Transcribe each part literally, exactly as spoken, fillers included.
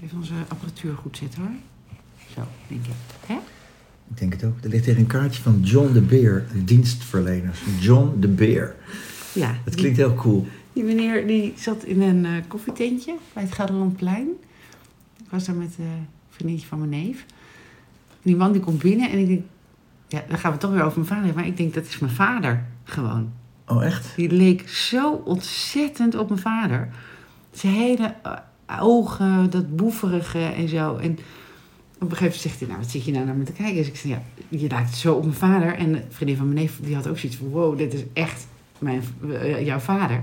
Even onze apparatuur goed zetten hoor. Zo, denk ik. Hè? Ik denk het ook. Er ligt hier een kaartje van John de Beer, dienstverleners. John de Beer. Ja. Dat klinkt heel cool. Die meneer die zat in een uh, koffietentje bij het Gelderlandplein. Ik was daar met uh, een vriendinnetje van mijn neef. En die man die komt binnen en ik denk... Ja, dan gaan we het toch weer over mijn vader hebben. Maar ik denk, dat is mijn vader gewoon. Oh, echt? Die leek zo ontzettend op mijn vader. Zijn hele uh, ogen, dat boeverige en zo. En op een gegeven moment zegt hij, nou, wat zit je nou naar me te kijken? Dus ik zei, ja, je lijkt zo op mijn vader. En de vriendin van mijn neef, die had ook zoiets van, wow, dit is echt mijn, uh, jouw vader.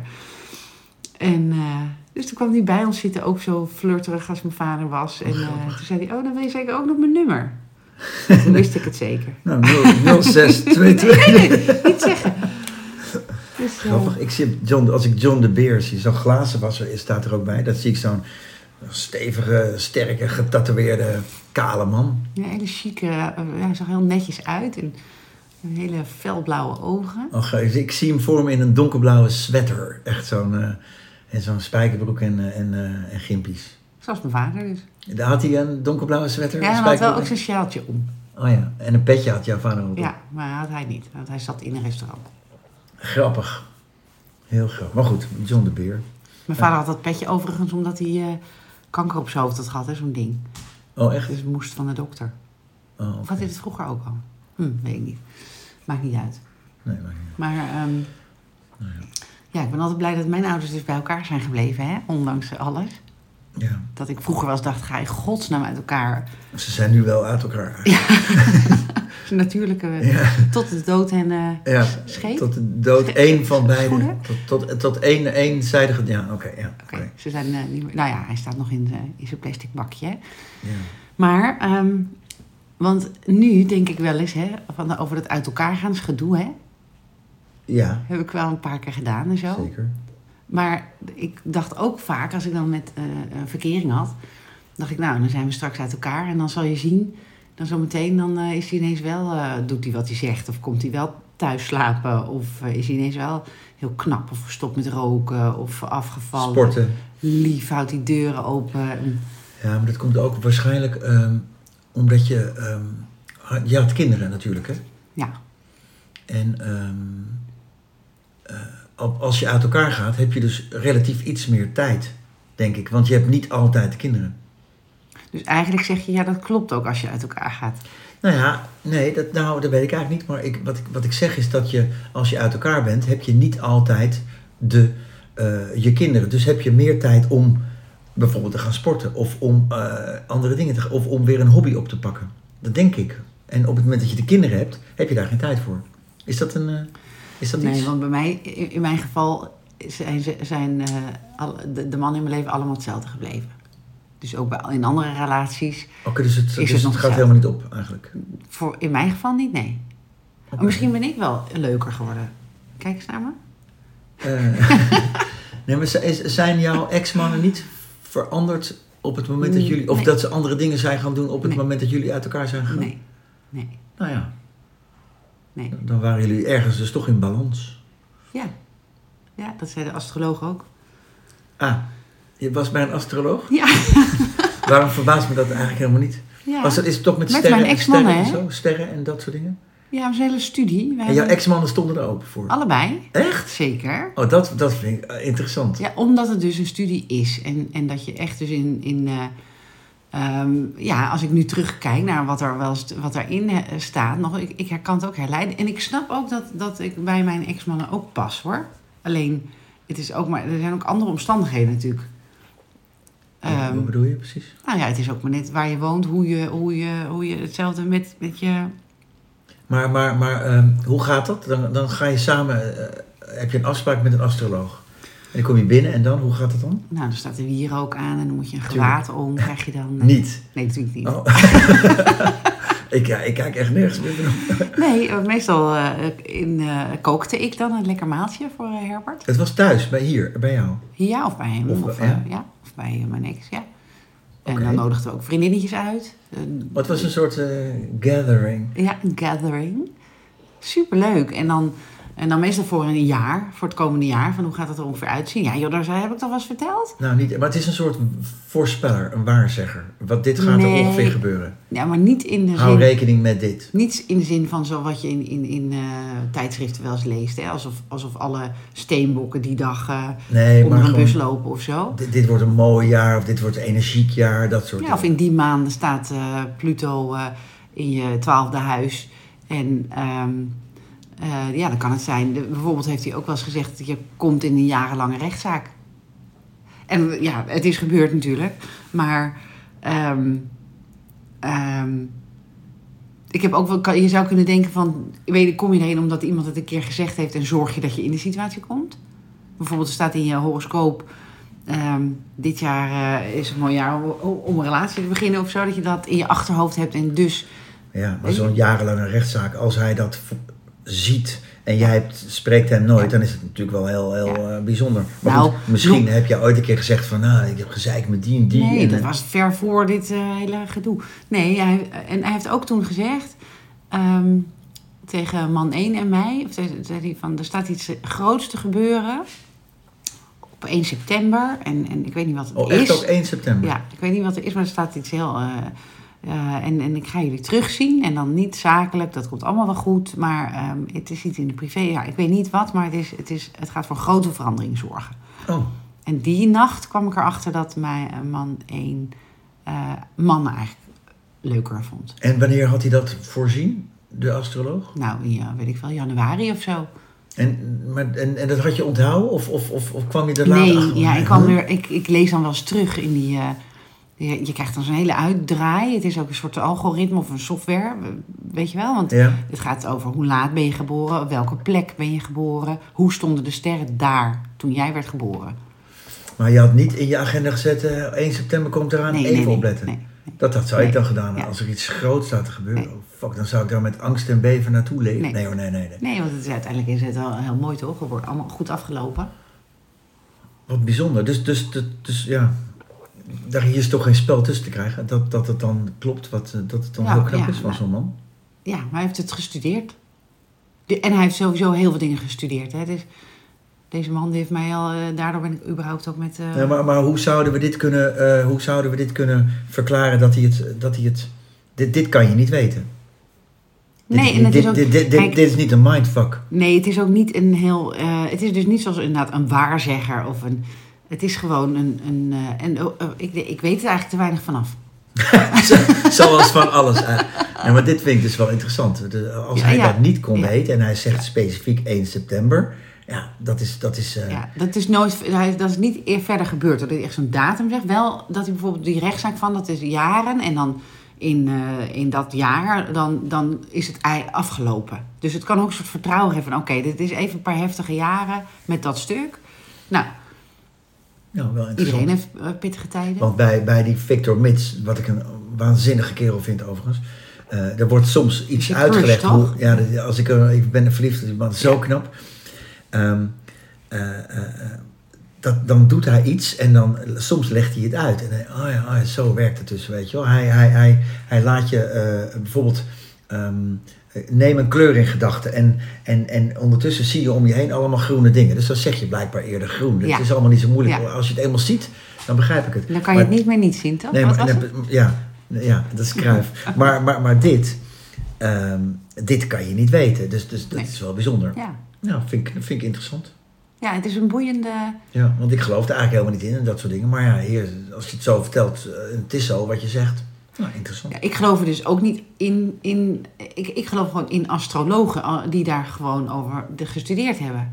En uh, dus toen kwam hij bij ons zitten, ook zo flirterig als mijn vader was. En uh, toen zei hij, oh, dan wil je zeker ook nog mijn nummer. Toen wist ik het zeker. Nou, nul zes twee twee. Nee, nee, niet zeggen. Dus, uh, grappig. Ik zie John, als ik John de Beer zie, zo'n glazenwasser staat er ook bij. Dat zie ik zo'n stevige, sterke, getatoeëerde, kale man. Ja, hele chique, uh, hij zag heel netjes uit. En hele felblauwe ogen. Oh, ik zie hem voor me in een donkerblauwe sweater. Echt zo'n, uh, en zo'n spijkerbroek en, uh, en, uh, en gimpies. Zoals mijn vader dus. Daar had hij een donkerblauwe sweater? Ja, hij had wel ook zijn sjaaltje om. Oh ja, en een petje had jouw vader ook. Ja, maar had hij niet. Want hij zat in een restaurant. Grappig. Heel grappig. Maar goed, John de Beer. Mijn vader had dat petje overigens omdat hij uh, kanker op zijn hoofd had gehad, hè, zo'n ding. Oh, echt? Dus moest van de dokter. Oh, okay. Of had hij het vroeger ook al? Hm, weet ik niet. Maakt niet uit. Nee, maakt niet uit. Maar um, nou ja. ja, ik ben altijd blij dat mijn ouders dus bij elkaar zijn gebleven, hè? Ondanks alles. Ja. Dat ik vroeger wel eens dacht, ga je godsnaam uit elkaar. Ze zijn nu wel uit elkaar. Ja. Natuurlijke, ja. Tot de dood en uh, ja, scheep. Tot de dood één van beiden. Tot, tot, tot één, éénzijdige... Ja, oké. Okay, ja, okay, okay. Ze zijn uh, niet meer... Nou ja, hij staat nog in, uh, in zijn plastic bakje. Hè? Ja. Maar, um, want nu denk ik wel eens, hè, van, over het uit elkaar gaan, is gedoe, hè? Ja. Heb ik wel een paar keer gedaan en zo. Zeker. Maar ik dacht ook vaak, als ik dan met uh, een verkering had, dacht ik, nou, dan zijn we straks uit elkaar. En dan zal je zien, dan zometeen, dan uh, is hij ineens wel, uh, doet hij wat hij zegt. Of komt hij wel thuis slapen. Of uh, is hij ineens wel heel knap. Of gestopt met roken. Of afgevallen. Sporten. Lief, houdt die deuren open. Ja, maar dat komt ook waarschijnlijk um, omdat je... Um, je had kinderen natuurlijk, hè? Ja. En um, uh, als je uit elkaar gaat, heb je dus relatief iets meer tijd, denk ik. Want je hebt niet altijd kinderen. Dus eigenlijk zeg je, ja, dat klopt ook als je uit elkaar gaat. Nou ja, nee, dat, nou, dat weet ik eigenlijk niet. Maar ik, wat, ik, wat ik zeg is dat je, als je uit elkaar bent, heb je niet altijd de, uh, je kinderen. Dus heb je meer tijd om bijvoorbeeld te gaan sporten. Of om uh, andere dingen te gaan. Of om weer een hobby op te pakken. Dat denk ik. En op het moment dat je de kinderen hebt, heb je daar geen tijd voor. Is dat een... Uh, is dat nee, iets? want bij mij, in, in mijn geval, zijn, zijn uh, al, de, de mannen in mijn leven allemaal hetzelfde gebleven. Dus ook bij, in andere relaties. Oké, okay, dus het, is dus het, het gaat helemaal niet op eigenlijk? Voor, in mijn geval niet, nee. Okay. Misschien ben ik wel leuker geworden. Kijk eens naar me. Uh, nee, maar zijn jouw ex-mannen niet veranderd op het moment dat jullie... Of nee. dat ze andere dingen zijn gaan doen op het nee. moment dat jullie uit elkaar zijn gegaan? Nee, nee. Nou ja. Nee. Dan waren jullie ergens dus toch in balans. Ja. Ja, dat zei de astroloog ook. Ah, je was bij een astroloog? Ja. Waarom verbaast me dat eigenlijk helemaal niet? Ja. Was dat, is het toch met, met sterren, mijn ex-mannen, sterren en zo? Sterren en dat soort dingen? Ja, een hele studie. We en jouw ex-mannen stonden er open voor? Allebei. Echt? Zeker. Oh, dat, dat vind ik interessant. Ja, omdat het dus een studie is. En, en dat je echt dus in... in uh, Um, ja, als ik nu terugkijk naar wat er wel wat erin uh, staat, nog, ik, ik kan het ook herleiden. En ik snap ook dat, dat ik bij mijn ex-mannen ook pas, hoor. Alleen, het is ook maar, er zijn ook andere omstandigheden natuurlijk. Um, wat bedoel je precies? Nou ja, het is ook maar net waar je woont, hoe je, hoe je, hoe je hetzelfde met, met je... Maar, maar, maar um, hoe gaat dat? Dan, dan ga je samen, uh, heb je een afspraak met een astroloog. En dan kom je binnen en dan, hoe gaat het dan? Nou, dan staat er wierook aan en dan moet je een gewaad om, krijg je dan... Uh, niet? Nee, natuurlijk niet. Oh. ik, ja, ik kijk echt nergens meer van. Nee, meestal uh, in, uh, kookte ik dan een lekker maaltje voor uh, Herbert. Het was thuis, bij hier, bij jou? Ja, of bij hem. Of, of, uh, ja. Ja, of bij uh, mijn ex, ja. En okay. Dan nodigden we ook vriendinnetjes uit. Wat was een soort uh, gathering? Ja, een gathering. Superleuk. En dan... En dan meestal voor een jaar, voor het komende jaar. Van hoe gaat het er ongeveer uitzien? Ja, joh, daar heb ik toch wel eens verteld? Nou, niet, maar het is een soort voorspeller, een waarzegger. Wat dit gaat Nee. er ongeveer gebeuren. Ja, maar niet in de Hou zin... rekening met dit. Niet in de zin van zo wat je in, in, in uh, tijdschriften wel eens leest. Hè? Alsof, alsof alle steenbokken die dag uh, Nee, onder maar een gewoon, bus lopen of zo. Dit, dit wordt een mooi jaar of dit wordt een energiek jaar, dat soort Ja, of dingen. in die maanden staat uh, Pluto uh, in je twaalfde huis. En um, uh, ja, dan kan het zijn... De, bijvoorbeeld heeft hij ook wel eens gezegd... dat je komt in een jarenlange rechtszaak. En ja, het is gebeurd natuurlijk. Maar... Um, um, ik heb ook wel, je zou kunnen denken van... Weet, kom je erheen omdat iemand het een keer gezegd heeft... en zorg je dat je in die situatie komt? Bijvoorbeeld er staat in je horoscoop... Um, dit jaar uh, is een mooi jaar om, om een relatie te beginnen of zo. Dat je dat in je achterhoofd hebt en dus... Ja, maar zo'n jarenlange rechtszaak, als hij dat v- ziet en jij hebt, spreekt hem nooit, ja. dan is het natuurlijk wel heel, heel ja. uh, bijzonder. Maar nou, goed, misschien no- heb je ooit een keer gezegd van, nou, ik heb gezeik met die en die. Nee, en, dat was ver voor dit uh, hele gedoe. Nee, hij, en hij heeft ook toen gezegd... Um, tegen man één en mij... Of zei hij van, er staat iets groots te gebeuren... op één september. En, en ik weet niet wat het oh, is. echt ook één september? Ja, ik weet niet wat het is, maar er staat iets heel... Uh, uh, en, en ik ga jullie terugzien. En dan niet zakelijk, dat komt allemaal wel goed. Maar um, het is iets in de privé. Ja, ik weet niet wat, maar het, is, het, is, het gaat voor grote verandering zorgen. Oh. En die nacht kwam ik erachter dat mijn uh, man één uh, mannen eigenlijk leuker vond. En wanneer had hij dat voorzien, de astroloog? Nou, ja, weet ik wel, januari of zo. En, maar, en, en dat had je onthouden? Of, of, of, of kwam je er later nee, achter? Ja, Nee, ik, kwam huh? weer, ik, ik lees dan wel eens terug in die... Uh, je, je krijgt dan zo'n hele uitdraai. Het is ook een soort algoritme of een software. Weet je wel? Want ja. het gaat over hoe laat ben je geboren. Op welke plek ben je geboren. Hoe stonden de sterren daar toen jij werd geboren. Maar je had niet in je agenda gezet... Uh, één september komt eraan, nee, even nee, nee, opletten. Nee, nee. Dat, dat zou nee. ik dan gedaan hebben. Ja. Als er iets groots staat te gebeuren. Nee. Oh, fuck, dan zou ik daar met angst en beven naartoe leven. Nee, nee hoor, nee, nee, nee. Nee, want het is, uiteindelijk is het wel heel mooi toch? Het wordt allemaal goed afgelopen. Wat bijzonder. Dus, dus, dus, dus ja... Daar hier is toch geen spel tussen te krijgen. Dat, dat het dan klopt. Wat, dat het dan Ja, heel knap ja, is van ja. zo'n man. Ja, maar hij heeft het gestudeerd. De, en hij heeft sowieso heel veel dingen gestudeerd. Hè? Dus deze man die heeft mij al... Uh, daardoor ben ik überhaupt ook met... Uh... Ja, maar, maar hoe zouden we dit kunnen... Uh, hoe zouden we dit kunnen verklaren dat hij het... Dat hij het dit, dit kan je niet weten. Nee, dit, en het dit, is ook, dit, dit, dit, kijk, dit is niet een mindfuck. Nee, het is ook niet een heel... Uh, het is dus niet zoals inderdaad een waarzegger of een... Het is gewoon een... een uh, en, uh, ik, ik weet er eigenlijk te weinig vanaf. Zoals van alles. Uh, ja, maar dit vind ik dus wel interessant. De, als ja, hij ja. dat niet kon ja. weten en hij zegt ja. specifiek één september... Ja, dat is... Dat is, uh... ja, dat is nooit... Dat is niet eer verder gebeurd. Dat hij echt zo'n datum zegt. Wel dat hij bijvoorbeeld die rechtszaak van... Dat is jaren en dan... In, uh, in dat jaar, dan, dan is het afgelopen. Dus het kan ook een soort vertrouwen geven van... oké, okay, dit is even een paar heftige jaren met dat stuk. Nou, ja, wel iedereen heeft uh, pittige tijden. Want bij, bij die Victor Mits, wat ik een waanzinnige kerel vind overigens... Uh, er wordt soms iets uitgelegd. Crush, hoe, ja, de, als ik, uh, ik ben verliefd op die man, zo ja. knap. Um, uh, uh, Dat, dan doet hij iets en dan soms legt hij het uit. En hij, oh ja, oh ja, zo werkt het dus, weet je wel. Hij, hij, hij, hij laat je uh, bijvoorbeeld... Um, neem een kleur in gedachten. En, en, en ondertussen zie je om je heen allemaal groene dingen. Dus dan zeg je blijkbaar eerder groen. Het ja. is allemaal niet zo moeilijk. Ja. Als je het eenmaal ziet, dan begrijp ik het. Dan kan je maar, het niet meer niet zien, toch? Nee, Wat maar, was nee, ja, ja, dat is Cruijff. maar, maar, maar dit... Um, dit kan je niet weten. Dus, dus dat nee. is wel bijzonder. Ja, ja vind, ik, vind ik interessant. Ja, het is een boeiende... Ja, want ik geloof er eigenlijk helemaal niet in en dat soort dingen. Maar ja, hier, als je het zo vertelt, het is zo wat je zegt. Nou, interessant. Ja, ik geloof er dus ook niet in... in ik, ik geloof gewoon in astrologen die daar gewoon over de gestudeerd hebben.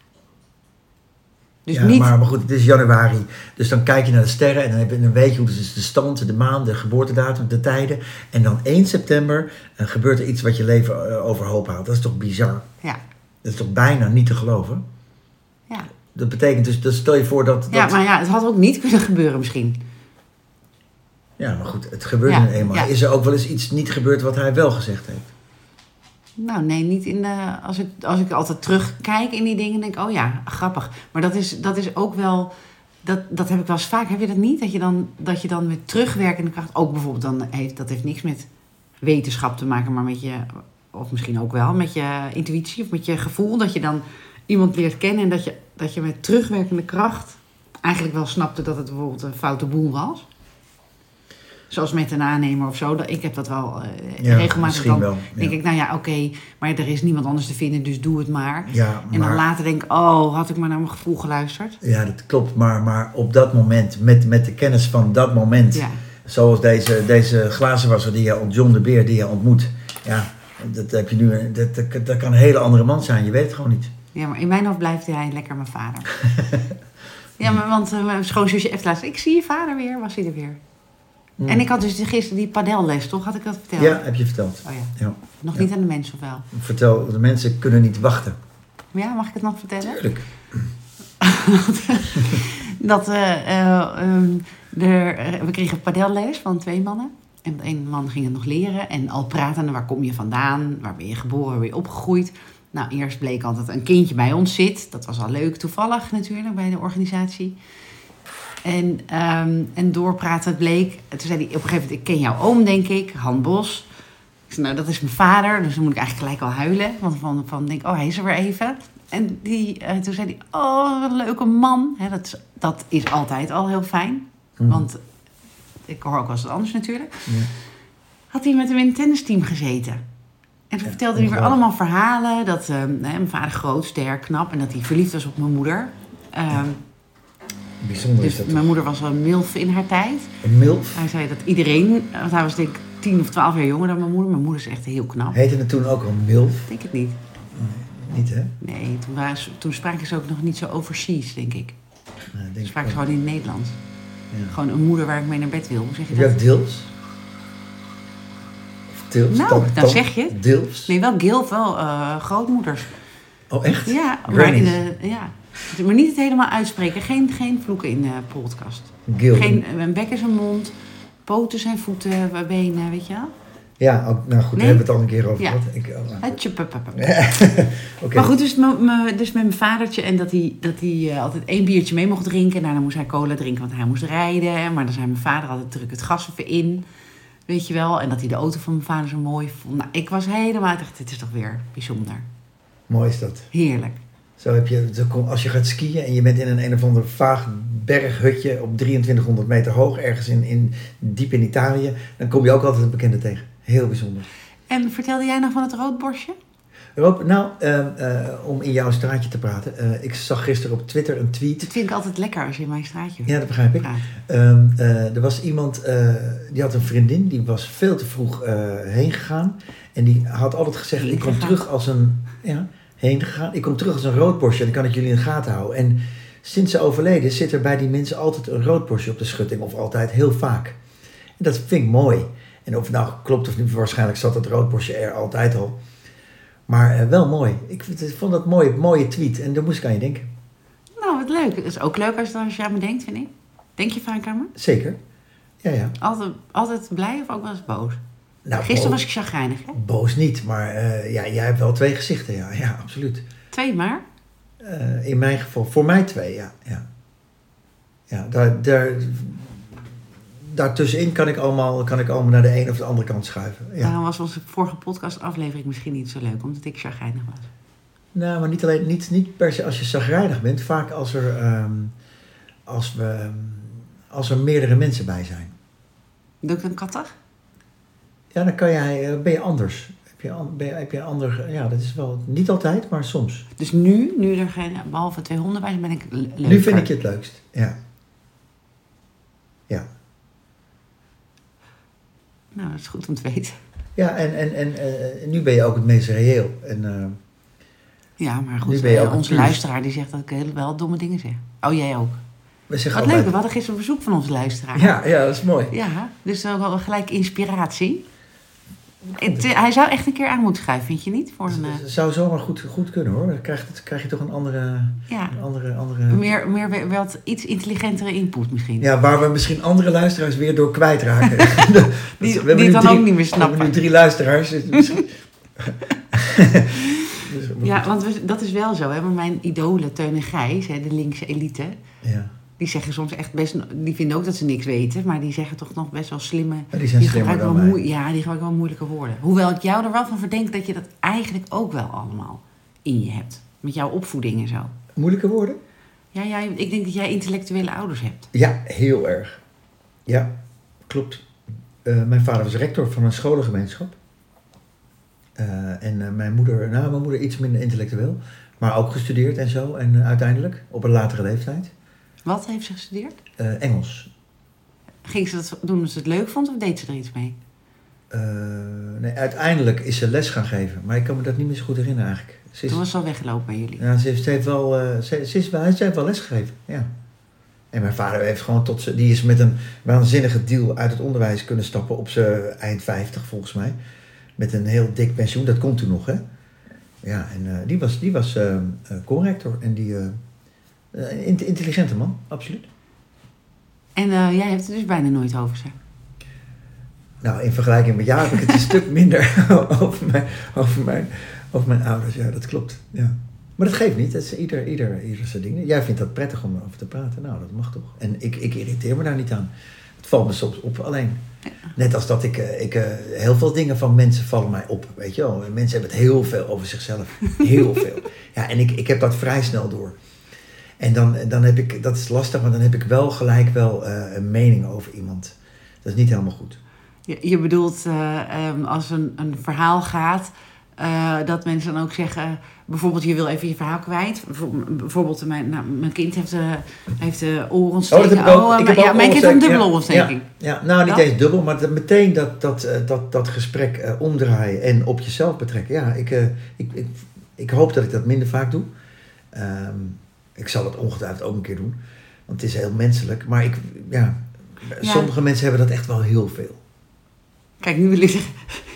Dus ja, niet... maar, maar goed, het is januari. Dus dan kijk je naar de sterren en dan, heb je, dan weet je hoe het is de stand, de maan, de geboortedatum, de tijden. En dan één september uh, gebeurt er iets wat je leven uh, overhoop haalt. Dat is toch bizar? Ja. Dat is toch bijna niet te geloven? Ja. Dat betekent dus, dat stel je voor dat, dat... Ja, maar ja, het had ook niet kunnen gebeuren misschien. Ja, maar goed, het gebeurt ja, nu eenmaal. Ja. Is er ook wel eens iets niet gebeurd wat hij wel gezegd heeft? Nou, nee, niet in de... Als ik, als ik altijd terugkijk in die dingen, denk ik, oh ja, grappig. Maar dat is, dat is ook wel... Dat, dat heb ik wel eens vaak. Heb je dat niet? Dat je dan, dat je dan met terugwerkende kracht... Ook bijvoorbeeld, dan heeft, dat heeft niks met wetenschap te maken, maar met je of misschien ook wel, met je intuïtie of met je gevoel. Dat je dan iemand leert kennen en dat je, dat je met terugwerkende kracht eigenlijk wel snapte dat het bijvoorbeeld een foute boel was. Zoals met een aannemer of zo. Ik heb dat wel uh, ja, regelmatig. Dan wel, ja. denk ik, nou ja, oké, okay, maar er is niemand anders te vinden, dus doe het maar. Ja, maar. En dan later denk ik, oh, had ik maar naar mijn gevoel geluisterd. Ja, dat klopt. Maar, maar op dat moment, met, met de kennis van dat moment, ja. zoals deze, deze glazenwasser die je, John de Beer die je ontmoet, ja, dat heb je nu, dat, dat, dat kan een hele andere man zijn. Je weet het gewoon niet. Ja, maar in mijn hoofd blijft hij lekker mijn vader. Ja, maar want uh, mijn schoonzusje heeft laatst, ik zie je vader weer, was hij er weer. Mm. En ik had dus gisteren die padelles, toch? Had ik dat verteld? Ja, heb je verteld. Oh ja. ja. Nog ja. niet aan de mensen, of wel? Vertel, de mensen kunnen niet wachten. Ja, mag ik het nog vertellen? Tuurlijk. dat, uh, uh, um, er, uh, we kregen padelles van twee mannen. En één man ging het nog leren. En al pratende, waar kom je vandaan? Waar ben je geboren? Waar ben je opgegroeid? Nou, eerst bleek altijd een kindje bij ons zit. Dat was al leuk, toevallig natuurlijk, bij de organisatie. En, um, en doorpraten bleek. Toen zei hij op een gegeven moment, ik ken jouw oom, denk ik, Han Bos. Ik zei, nou, dat is mijn vader. Dus dan moet ik eigenlijk gelijk al huilen. Want van, van denk oh, hij is er weer even. En die, uh, toen zei hij, oh, wat een leuke man. He, dat, dat is altijd al heel fijn. Mm. Want ik hoor ook wel eens wat anders natuurlijk. Ja. Had hij met hem in een tennisteam gezeten. En toen ja, vertelde hij weer allemaal verhalen. Dat uh, nee, mijn vader groot, sterk, knap. En dat hij verliefd was op mijn moeder. Um, ja. Bijzonder dus is dat. Mijn moeder was wel een milf in haar tijd. Een milf? Hij zei dat iedereen, want hij was denk ik tien of twaalf jaar jonger dan mijn moeder. Mijn moeder is echt heel knap. Heette het toen ook al milf? Ik denk het niet. Nee, niet hè? Nee, toen, was, toen spraken ze ook nog niet zo overseas, denk ik. Nee, denk spraken ze gewoon in het Nederlands. Ja. Gewoon een moeder waar ik mee naar bed wil. Hoe zeg je Heb dat? je ook Dils? Of Dils? Nou, dan, dan zeg je het. Dils? Nee, wel Gilf, wel uh, grootmoeders. Oh, echt? Ja, maar, in de, ja. maar niet het helemaal uitspreken. Geen, geen vloeken in de podcast. Gil. Geen, een bek is een mond, poten zijn voeten, benen, weet je wel? Ja, ook, nou goed, nee? Daar hebben we het al een keer over gehad. Ja. Ik, oh, nou. Okay. Maar goed, dus, me, me, dus met mijn vadertje en dat hij, dat hij uh, altijd één biertje mee mocht drinken. En daarna moest hij cola drinken, want hij moest rijden. Maar dan zei mijn vader altijd, druk het gas even in. Weet je wel? En dat hij de auto van mijn vader zo mooi vond. Nou, ik was helemaal, ik dacht, dit is toch weer bijzonder. Mooi is dat. Heerlijk. Zo heb je, als je gaat skiën en je bent in een een of ander vaag berghutje op drieëntwintighonderd meter hoog, ergens in, in, diep in Italië, dan kom je ook altijd een bekende tegen. Heel bijzonder. En vertelde jij nog van het roodborstje? Rob, nou, uh, uh, om in jouw straatje te praten. Uh, ik zag gisteren op Twitter een tweet. Dat vind ik altijd lekker als je in mijn straatje Ja, dat begrijp ik. Uh, uh, er was iemand, uh, die had een vriendin, die was veel te vroeg uh, heen gegaan. En die had altijd gezegd, heen ik kom gegaan. terug als een... Ja, heen gegaan. Ik kom terug als een roodborstje en dan kan ik jullie in de gaten houden. En sinds ze overleden is, zit er bij die mensen altijd een roodborstje op de schutting. Of altijd, heel vaak. En dat vind ik mooi. En of het nou klopt of niet, waarschijnlijk zat dat roodborstje er altijd al. Maar uh, wel mooi. Ik vond dat een mooie, mooie tweet en daar moest ik aan je denken. Nou, wat leuk. Het is ook leuk als, als je aan me denkt, vind ik. Denk je vaak aan me? Zeker. Ja, ja. Altijd, altijd blij of ook wel eens boos? Nou, Gisteren boos, was ik chagrijnig, hè? Boos niet, maar uh, ja, jij hebt wel twee gezichten, ja. Ja, absoluut. Twee maar? Uh, in mijn geval, voor mij twee, ja. Ja, ja daar... daar Daartussenin kan ik, allemaal, kan ik allemaal naar de een of de andere kant schuiven. Ja. Daarom was onze vorige podcastaflevering misschien niet zo leuk, omdat ik chagrijnig was. Nou, maar niet alleen, niet, niet per se als je chagrijnig bent. Vaak als er, um, als, we, um, als er meerdere mensen bij zijn. Doe ik dan kattig? Ja, dan kan jij, ben je anders. Heb je, ben je, heb je ander, ja, dat is wel niet altijd, maar soms. Dus nu, nu er geen, behalve twee honden bij zijn, ben ik leuk. Nu vind ik je het leukst, ja. Ja. Nou, dat is goed om te weten. Ja, en, en, en uh, nu ben je ook het meest reëel. En, uh, ja, maar goed, uh, onze luisteraar die zegt dat ik heel wel domme dingen zeg. Oh, jij ook? We Wat altijd... leuk, we hadden gisteren een bezoek van onze luisteraar. Ja, ja, dat is mooi. Ja, dus ook wel gelijk inspiratie. Het, hij zou echt een keer aan moeten schuiven, vind je niet? Voor een, uh... Het zou zomaar goed, goed kunnen hoor. Dan krijg je, krijg je toch een andere... Ja. Een andere, andere... Meer, meer wat iets intelligentere input misschien. Ja, waar we misschien andere luisteraars weer door kwijtraken. die we die het dan drie, ook niet meer snappen. We hebben nu drie luisteraars. Dus misschien... ja, want we, dat is wel zo. Hè? Maar mijn idolen, Teun en Gijs, hè, de linkse elite... Ja. Die zeggen soms echt best... Die vinden ook dat ze niks weten. Maar die zeggen toch nog best wel slimme... Ja, die zijn slimmer gebruiken dan wel mij. moe- Ja, die gebruiken wel moeilijke woorden. Hoewel ik jou er wel van verdenk dat je dat eigenlijk ook wel allemaal in je hebt. Met jouw opvoeding en zo. Moeilijke woorden? Ja, jij, ik denk dat jij intellectuele ouders hebt. Ja, heel erg. Ja, klopt. Uh, mijn vader was rector van een scholengemeenschap. Uh, en uh, mijn moeder, nou, mijn moeder iets minder intellectueel. Maar ook gestudeerd en zo. En uh, uiteindelijk, op een latere leeftijd. Wat heeft ze gestudeerd? Uh, Engels. Ging ze dat doen omdat ze het leuk vond of deed ze er iets mee? Uh, nee, uiteindelijk is ze les gaan geven. Maar ik kan me dat niet meer zo goed herinneren eigenlijk. Ze is, Toen was ze al weggelopen bij jullie? Ja, ze heeft, ze heeft wel, uh, ze, ze, is, ze heeft wel les gegeven, ja. En mijn vader heeft gewoon tot ze... Die is met een waanzinnige deal uit het onderwijs kunnen stappen op zijn eind vijftig volgens mij. Met een heel dik pensioen, dat komt toen nog, hè. Ja, en uh, die was, die was uh, uh, corrector en die... Uh, uh, intelligente man, absoluut. En uh, jij hebt het dus bijna nooit over ze? Nou, in vergelijking met jou heb ik het een stuk minder over mijn, over, mijn, over mijn ouders. Ja, dat klopt. Ja. Maar dat geeft niet. Dat is ieder, ieder, ieder zijn ding. Jij vindt dat prettig om over te praten. Nou, dat mag toch. En ik, ik irriteer me daar niet aan. Het valt me soms op alleen. Ja. Net als dat ik... ik uh, heel veel dingen van mensen vallen mij op. Weet je wel. Mensen hebben het heel veel over zichzelf. Heel veel. Ja, en ik, ik heb dat vrij snel door. En dan, dan heb ik... Dat is lastig, maar dan heb ik wel gelijk wel uh, een mening over iemand. Dat is niet helemaal goed. Je, je bedoelt, uh, um, als een, een verhaal gaat, uh, dat mensen dan ook zeggen, bijvoorbeeld je wil even je verhaal kwijt. Bijvoorbeeld mijn, nou, mijn kind heeft, uh, heeft uh, oorontsteking. Oh, dat heb ik ook. Oh, ik maar, heb ja, ook mijn kind heeft een dubbele ja, oorontsteking. Ja, ja, nou niet dat? eens dubbel, maar dat, meteen dat, dat, uh, dat, dat gesprek uh, omdraaien en op jezelf betrekken. Ja, ik, uh, ik, ik, ik hoop dat ik dat minder vaak doe. Um, ik zal het ongetwijfeld ook een keer doen, want het is heel menselijk. Maar ik, ja, ja. sommige mensen hebben dat echt wel heel veel. Kijk, nu wil ik zeggen,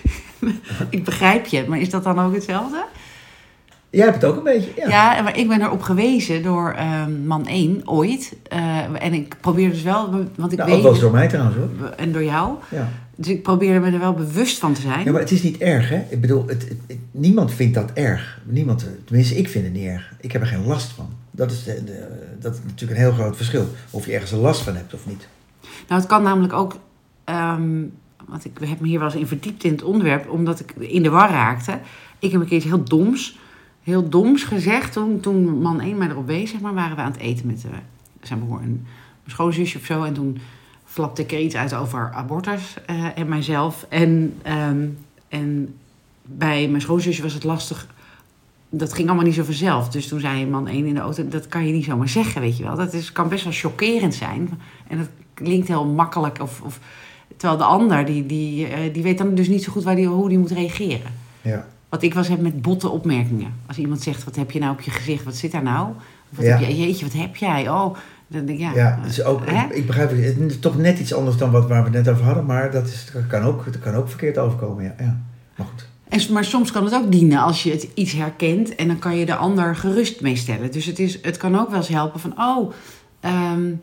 ik begrijp je, maar is dat dan ook hetzelfde? Jij hebt het ook een beetje, ja. Ja, maar ik ben erop gewezen door um, man één, ooit. Uh, en ik probeer dus wel, want ik nou, weet... ook wel eens door mij trouwens, hoor. En door jou. Ja. Dus ik probeer me er wel bewust van te zijn. Ja, maar het is niet erg, hè. Ik bedoel, het, het, het, niemand vindt dat erg. Niemand, tenminste, ik vind het niet erg. Ik heb er geen last van. Dat is, de, de, dat is natuurlijk een heel groot verschil. Of je ergens een last van hebt of niet. Nou, het kan namelijk ook... Um, want ik heb me hier wel eens in verdiept in het onderwerp, omdat ik in de war raakte. Ik heb een keer iets heel doms, heel doms gezegd. Toen, toen man één mij erop wees, zeg maar, waren we aan het eten met uh, zijn broer en mijn schoonzusje of zo. En toen flapte ik er iets uit over abortus uh, en mijzelf. En, um, en bij mijn schoonzusje was het lastig. Dat ging allemaal niet zo vanzelf. Dus toen zei man één in de auto, dat kan je niet zomaar zeggen, weet je wel. Dat is, kan best wel chockerend zijn. En dat klinkt heel makkelijk of... of terwijl de ander, die, die, die weet dan dus niet zo goed waar die, hoe die moet reageren. Ja. Wat ik was heb met botte opmerkingen. Als iemand zegt, wat heb je nou op je gezicht? Wat zit daar nou? Of wat ja. heb je, jeetje, wat heb jij? Oh, dan denk ik, ja. Ja, dus ook, ik, ik begrijp het. Het is toch net iets anders dan wat waar we het net over hadden. Maar dat, is, dat, kan, ook, dat kan ook verkeerd overkomen, ja. ja. Maar goed. En, maar soms kan het ook dienen als je het iets herkent. En dan kan je de ander gerust mee stellen. Dus het, is, het kan ook wel eens helpen van, oh... Um,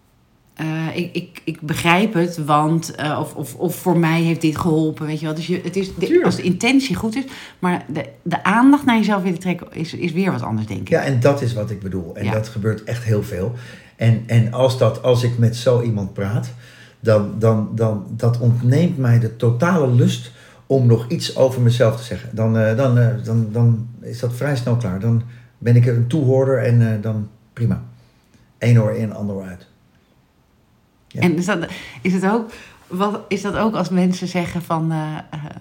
Uh, ik, ik, ik begrijp het, want uh, of, of, of voor mij heeft dit geholpen, weet je wel. Dus je, het is de, als de intentie goed is, maar de, de aandacht naar jezelf willen trekken is, is weer wat anders, denk ik. Ja, en dat is wat ik bedoel. En ja. dat gebeurt echt heel veel. En, en als, dat, als ik met zo iemand praat, dan, dan, dan dat ontneemt mij de totale lust om nog iets over mezelf te zeggen. Dan, uh, dan, uh, dan, dan is dat vrij snel klaar. Dan ben ik een toehoorder en uh, dan prima. Eén oor in, ander oor uit. Ja. En is dat, is, het ook, wat, is dat ook als mensen zeggen van... Uh,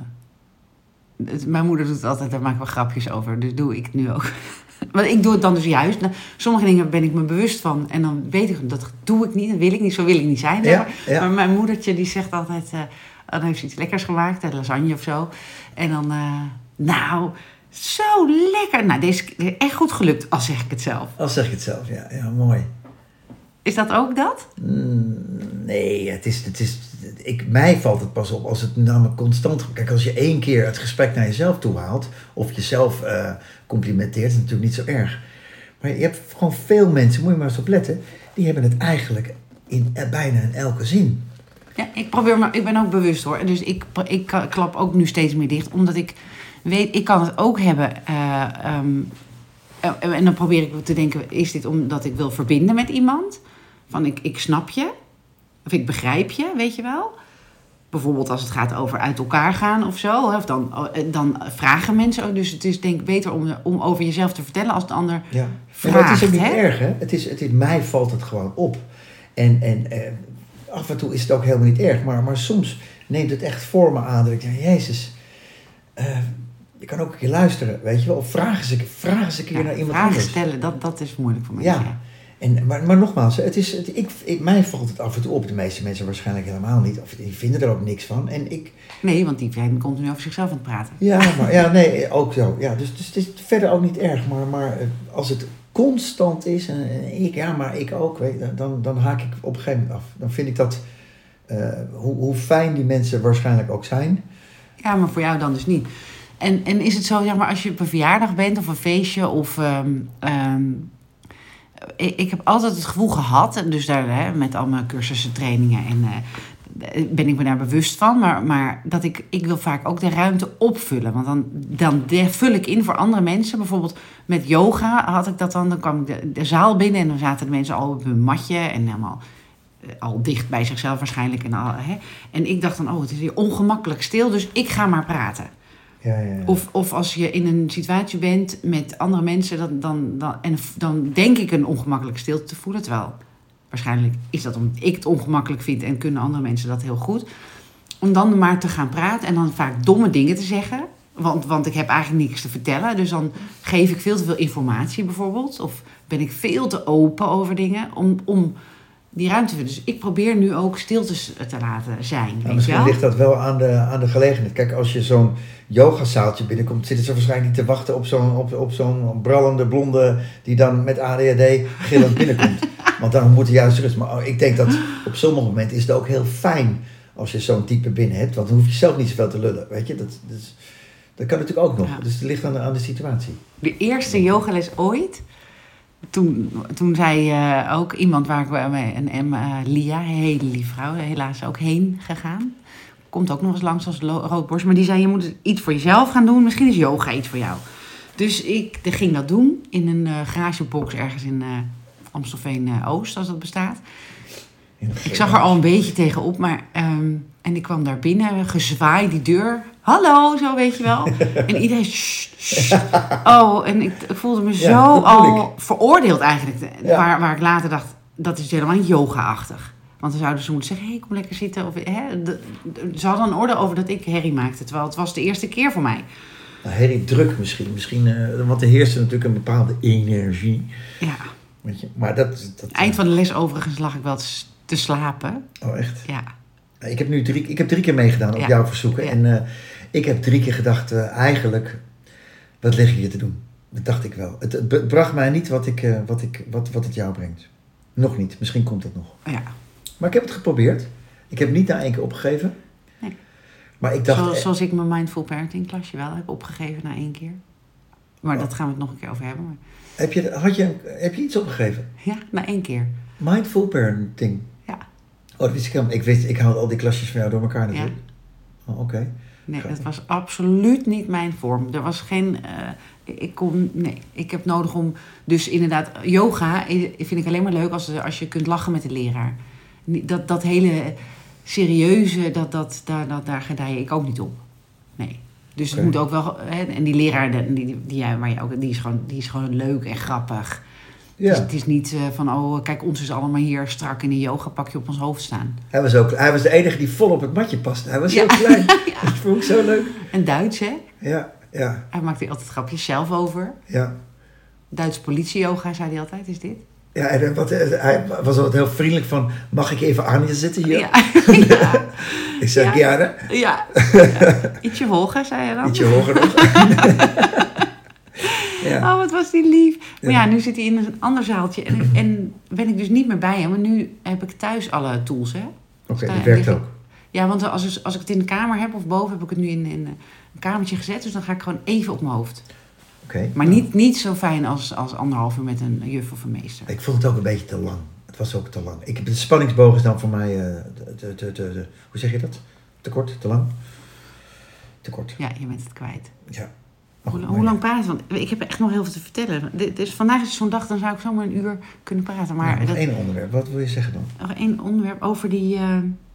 uh, mijn moeder doet het altijd, daar maken we grapjes over. Dus doe ik het nu ook. Want ik doe het dan dus juist. Nou, sommige dingen ben ik me bewust van. En dan weet ik, dat doe ik niet, dat wil ik niet. Zo wil ik niet zijn. Ja, ja. Maar mijn moedertje die zegt altijd... Uh, dan heeft ze iets lekkers gemaakt, een lasagne of zo. En dan... Uh, nou, zo lekker. Nou, deze is echt goed gelukt, als zeg ik het zelf. Als zeg ik het zelf, ja. Ja, mooi. Is dat ook dat? Nee, het is, het is, ik, mij valt het pas op als het namelijk constant... Kijk, als je één keer het gesprek naar jezelf toe haalt... of jezelf uh, complimenteert, is het natuurlijk niet zo erg. Maar je hebt gewoon veel mensen, moet je maar eens op letten... die hebben het eigenlijk in bijna in elke zin. Ja, ik probeer me, ik ben ook bewust hoor. Dus ik, ik klap ook nu steeds meer dicht. Omdat ik weet, ik kan het ook hebben... Uh, um, en dan probeer ik te denken, is dit omdat ik wil verbinden met iemand? Van ik, ik snap je. Of ik begrijp je, weet je wel. Bijvoorbeeld als het gaat over uit elkaar gaan of zo. Of dan, dan vragen mensen ook. Dus het is denk ik beter om, om over jezelf te vertellen als de ander Ja. vraagt. Maar het is ook niet hè? erg, hè? Het is, het is, mij valt het gewoon op. En, en eh, af en toe is het ook helemaal niet erg. Maar, maar soms neemt het echt vormen aan. Dat ik denk, jezus, uh, je kan ook een keer luisteren, weet je wel. Of vraag eens een, vraag eens een keer Ja, naar iemand vragen anders. stellen, dat, dat is moeilijk voor mensen. Ja. Ja. En, maar, maar nogmaals, het is, het, ik, ik, mij valt het af en toe op. De meeste mensen waarschijnlijk helemaal niet. Of die vinden er ook niks van. En ik... Nee, want die zijn continu over zichzelf aan het praten. Ja, maar ja, nee, ook zo. Ja, dus, dus het is verder ook niet erg. Maar, maar als het constant is, en, en ik, ja, maar ik ook, weet je, dan, dan haak ik op een gegeven moment af. Dan vind ik dat, uh, hoe, hoe fijn die mensen waarschijnlijk ook zijn. Ja, maar voor jou dan dus niet. En, en is het zo, zeg maar, als je op een verjaardag bent of een feestje of... Um, um, ik, ik heb altijd het gevoel gehad, en dus daar hè, met al mijn cursussen, trainingen en... Uh, ben ik me daar bewust van, maar, maar dat ik, ik wil vaak ook de ruimte opvullen. Want dan, dan vul ik in voor andere mensen. Bijvoorbeeld met yoga had ik dat dan. Dan kwam ik de, de zaal binnen en dan zaten de mensen al op hun matje en helemaal uh, al dicht bij zichzelf waarschijnlijk. En, al, hè. en ik dacht dan, oh, het is hier ongemakkelijk stil, dus ik ga maar praten. Ja, ja, ja. Of, of als je in een situatie bent met andere mensen, dan, dan, dan, en dan denk ik een ongemakkelijke stilte te voelen, terwijl... Waarschijnlijk is dat omdat ik het ongemakkelijk vind en kunnen andere mensen dat heel goed. Om dan maar te gaan praten en dan vaak domme dingen te zeggen. Want, want ik heb eigenlijk niks te vertellen. Dus dan geef ik veel te veel informatie bijvoorbeeld. Of ben ik veel te open over dingen om, om die ruimte te vinden. Dus ik probeer nu ook stiltes te laten zijn. Nou, weet misschien je wel? ligt dat wel aan de, aan de gelegenheid. Kijk, als je zo'n yogazaaltje binnenkomt, zitten ze waarschijnlijk niet te wachten op zo'n, op, op zo'n brallende blonde die dan met A D H D gillend binnenkomt. Want dan moet er juist rust. Maar ik denk dat op sommige momenten is het ook heel fijn als je zo'n type binnen hebt. Want dan hoef je zelf niet zoveel te lullen. Weet je, dat, dat, is, dat kan natuurlijk ook nog. Ja. Dus het ligt aan de, aan de situatie. De eerste yogales ooit. Toen, toen zei uh, ook iemand waar ik bij een M, uh, Lia, een hele lieve vrouw, helaas ook heen gegaan. Komt ook nog eens langs als lo- roodborst. Maar die zei, je moet iets voor jezelf gaan doen. Misschien is yoga iets voor jou. Dus ik ging dat doen in een uh, garagebox ergens in... Uh, Amstelveen-Oost, als dat bestaat. Ik zag er al een beetje tegenop, maar... Um, en ik kwam daar binnen, gezwaaid die deur. Hallo, zo weet je wel. En iedereen... Shh, shh. Oh, en ik, ik voelde me zo ja, al veroordeeld eigenlijk. Ja. Waar, waar ik later dacht, dat is helemaal niet yoga-achtig. Want dan zouden ze moeten zeggen, hé, hey, kom lekker zitten. Of, hè, de, de, ze hadden een orde over dat ik herrie maakte. Terwijl het was de eerste keer voor mij. Nou, herrie druk misschien. misschien uh, want er heerst natuurlijk een bepaalde energie. Ja. Weet je, maar dat, dat... Eind van de les overigens lag ik wel te slapen. Oh, echt? Ja. Ik heb nu drie, ik heb drie keer meegedaan op ja. jouw verzoeken. Ja. En uh, ik heb drie keer gedacht, uh, eigenlijk, wat lig je hier te doen? Dat dacht ik wel. Het, het bracht mij niet wat, ik, uh, wat, ik, wat, wat het jou brengt. Nog niet. Misschien komt het nog. Ja. Maar ik heb het geprobeerd. Ik heb het niet na één keer opgegeven. Nee. Maar ik dacht... Zoals, zoals ik mijn Mindful Parenting klasje wel heb opgegeven na één keer. Maar oh. dat gaan we het nog een keer over hebben. Maar... Heb je, had je, heb je iets opgegeven? Ja, na één keer. Mindful Parenting? Ja. Oh, dat wist ik helemaal. Ik wist, ik haalde al die klasjes van jou door elkaar natuurlijk. Ja. Oh, oké. Okay. Nee, dat was absoluut niet mijn vorm. Er was geen... Uh, ik kon... Nee, ik heb nodig om... Dus inderdaad, yoga vind ik alleen maar leuk als, als je kunt lachen met de leraar. Dat, dat hele serieuze, dat, dat, daar, dat, daar gedij ik ook niet op. Nee. Dus okay. Het moet ook wel... Hè, en die leraar, die, die, die, maar ja, ook, die, is gewoon, die is gewoon leuk en grappig. Ja. Dus het is niet uh, van, oh, kijk, ons is allemaal hier strak in een yogapakje op ons hoofd staan. Hij was, ook, hij was de enige die vol op het matje paste. Hij was ja. heel klein. ja. Dat vond ik zo leuk. En Duits, hè? Ja, ja. Hij maakte altijd grapjes zelf over. Ja. Duits politie-yoga, zei hij altijd, is dit? Ja, en wat, hij was altijd heel vriendelijk van, mag ik even aan je zitten hier? Ja. ja. Ik zeg, ja. Ja, ja. ja. Ietsje hoger, zei hij dan. Ietsje hoger nog. Ja. Oh, wat was die lief. Maar ja, nu zit hij in een ander zaaltje. En, en ben ik dus niet meer bij hem. Maar nu heb ik thuis alle tools, hè. Oké, okay, die werkt ook. Ja, want als, als ik het in de kamer heb of boven, heb ik het nu in, in een kamertje gezet. Dus dan ga ik gewoon even op mijn hoofd. Oké. Okay, maar niet, niet zo fijn als, als anderhalf uur met een juf of een meester. Ik vond het ook een beetje te lang. Het was ook te lang. Ik heb de spanningsboog is dan voor mij, uh, te, te, te, te, hoe zeg je dat? Te kort, te lang? Te kort. Ja, je bent het kwijt. Ja. Oh, hoe, mooi. hoe lang praten? Want ik heb echt nog heel veel te vertellen. Dit, dus vandaag is zo'n dag, dan zou ik zomaar een uur kunnen praten. Maar Nou, nog dat, één onderwerp. Wat wil je zeggen dan? nog één onderwerp over die... Uh,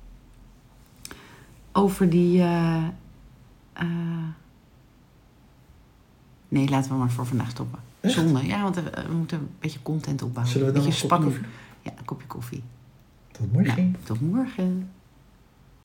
over die... Uh, uh, nee, laten we maar voor vandaag stoppen. Echt? Zonde. Ja, want we, we moeten een beetje content opbouwen. Zullen we dan een beetje een kopje spanning. koffie? Ja, een kopje koffie. Tot morgen. Nou, tot morgen.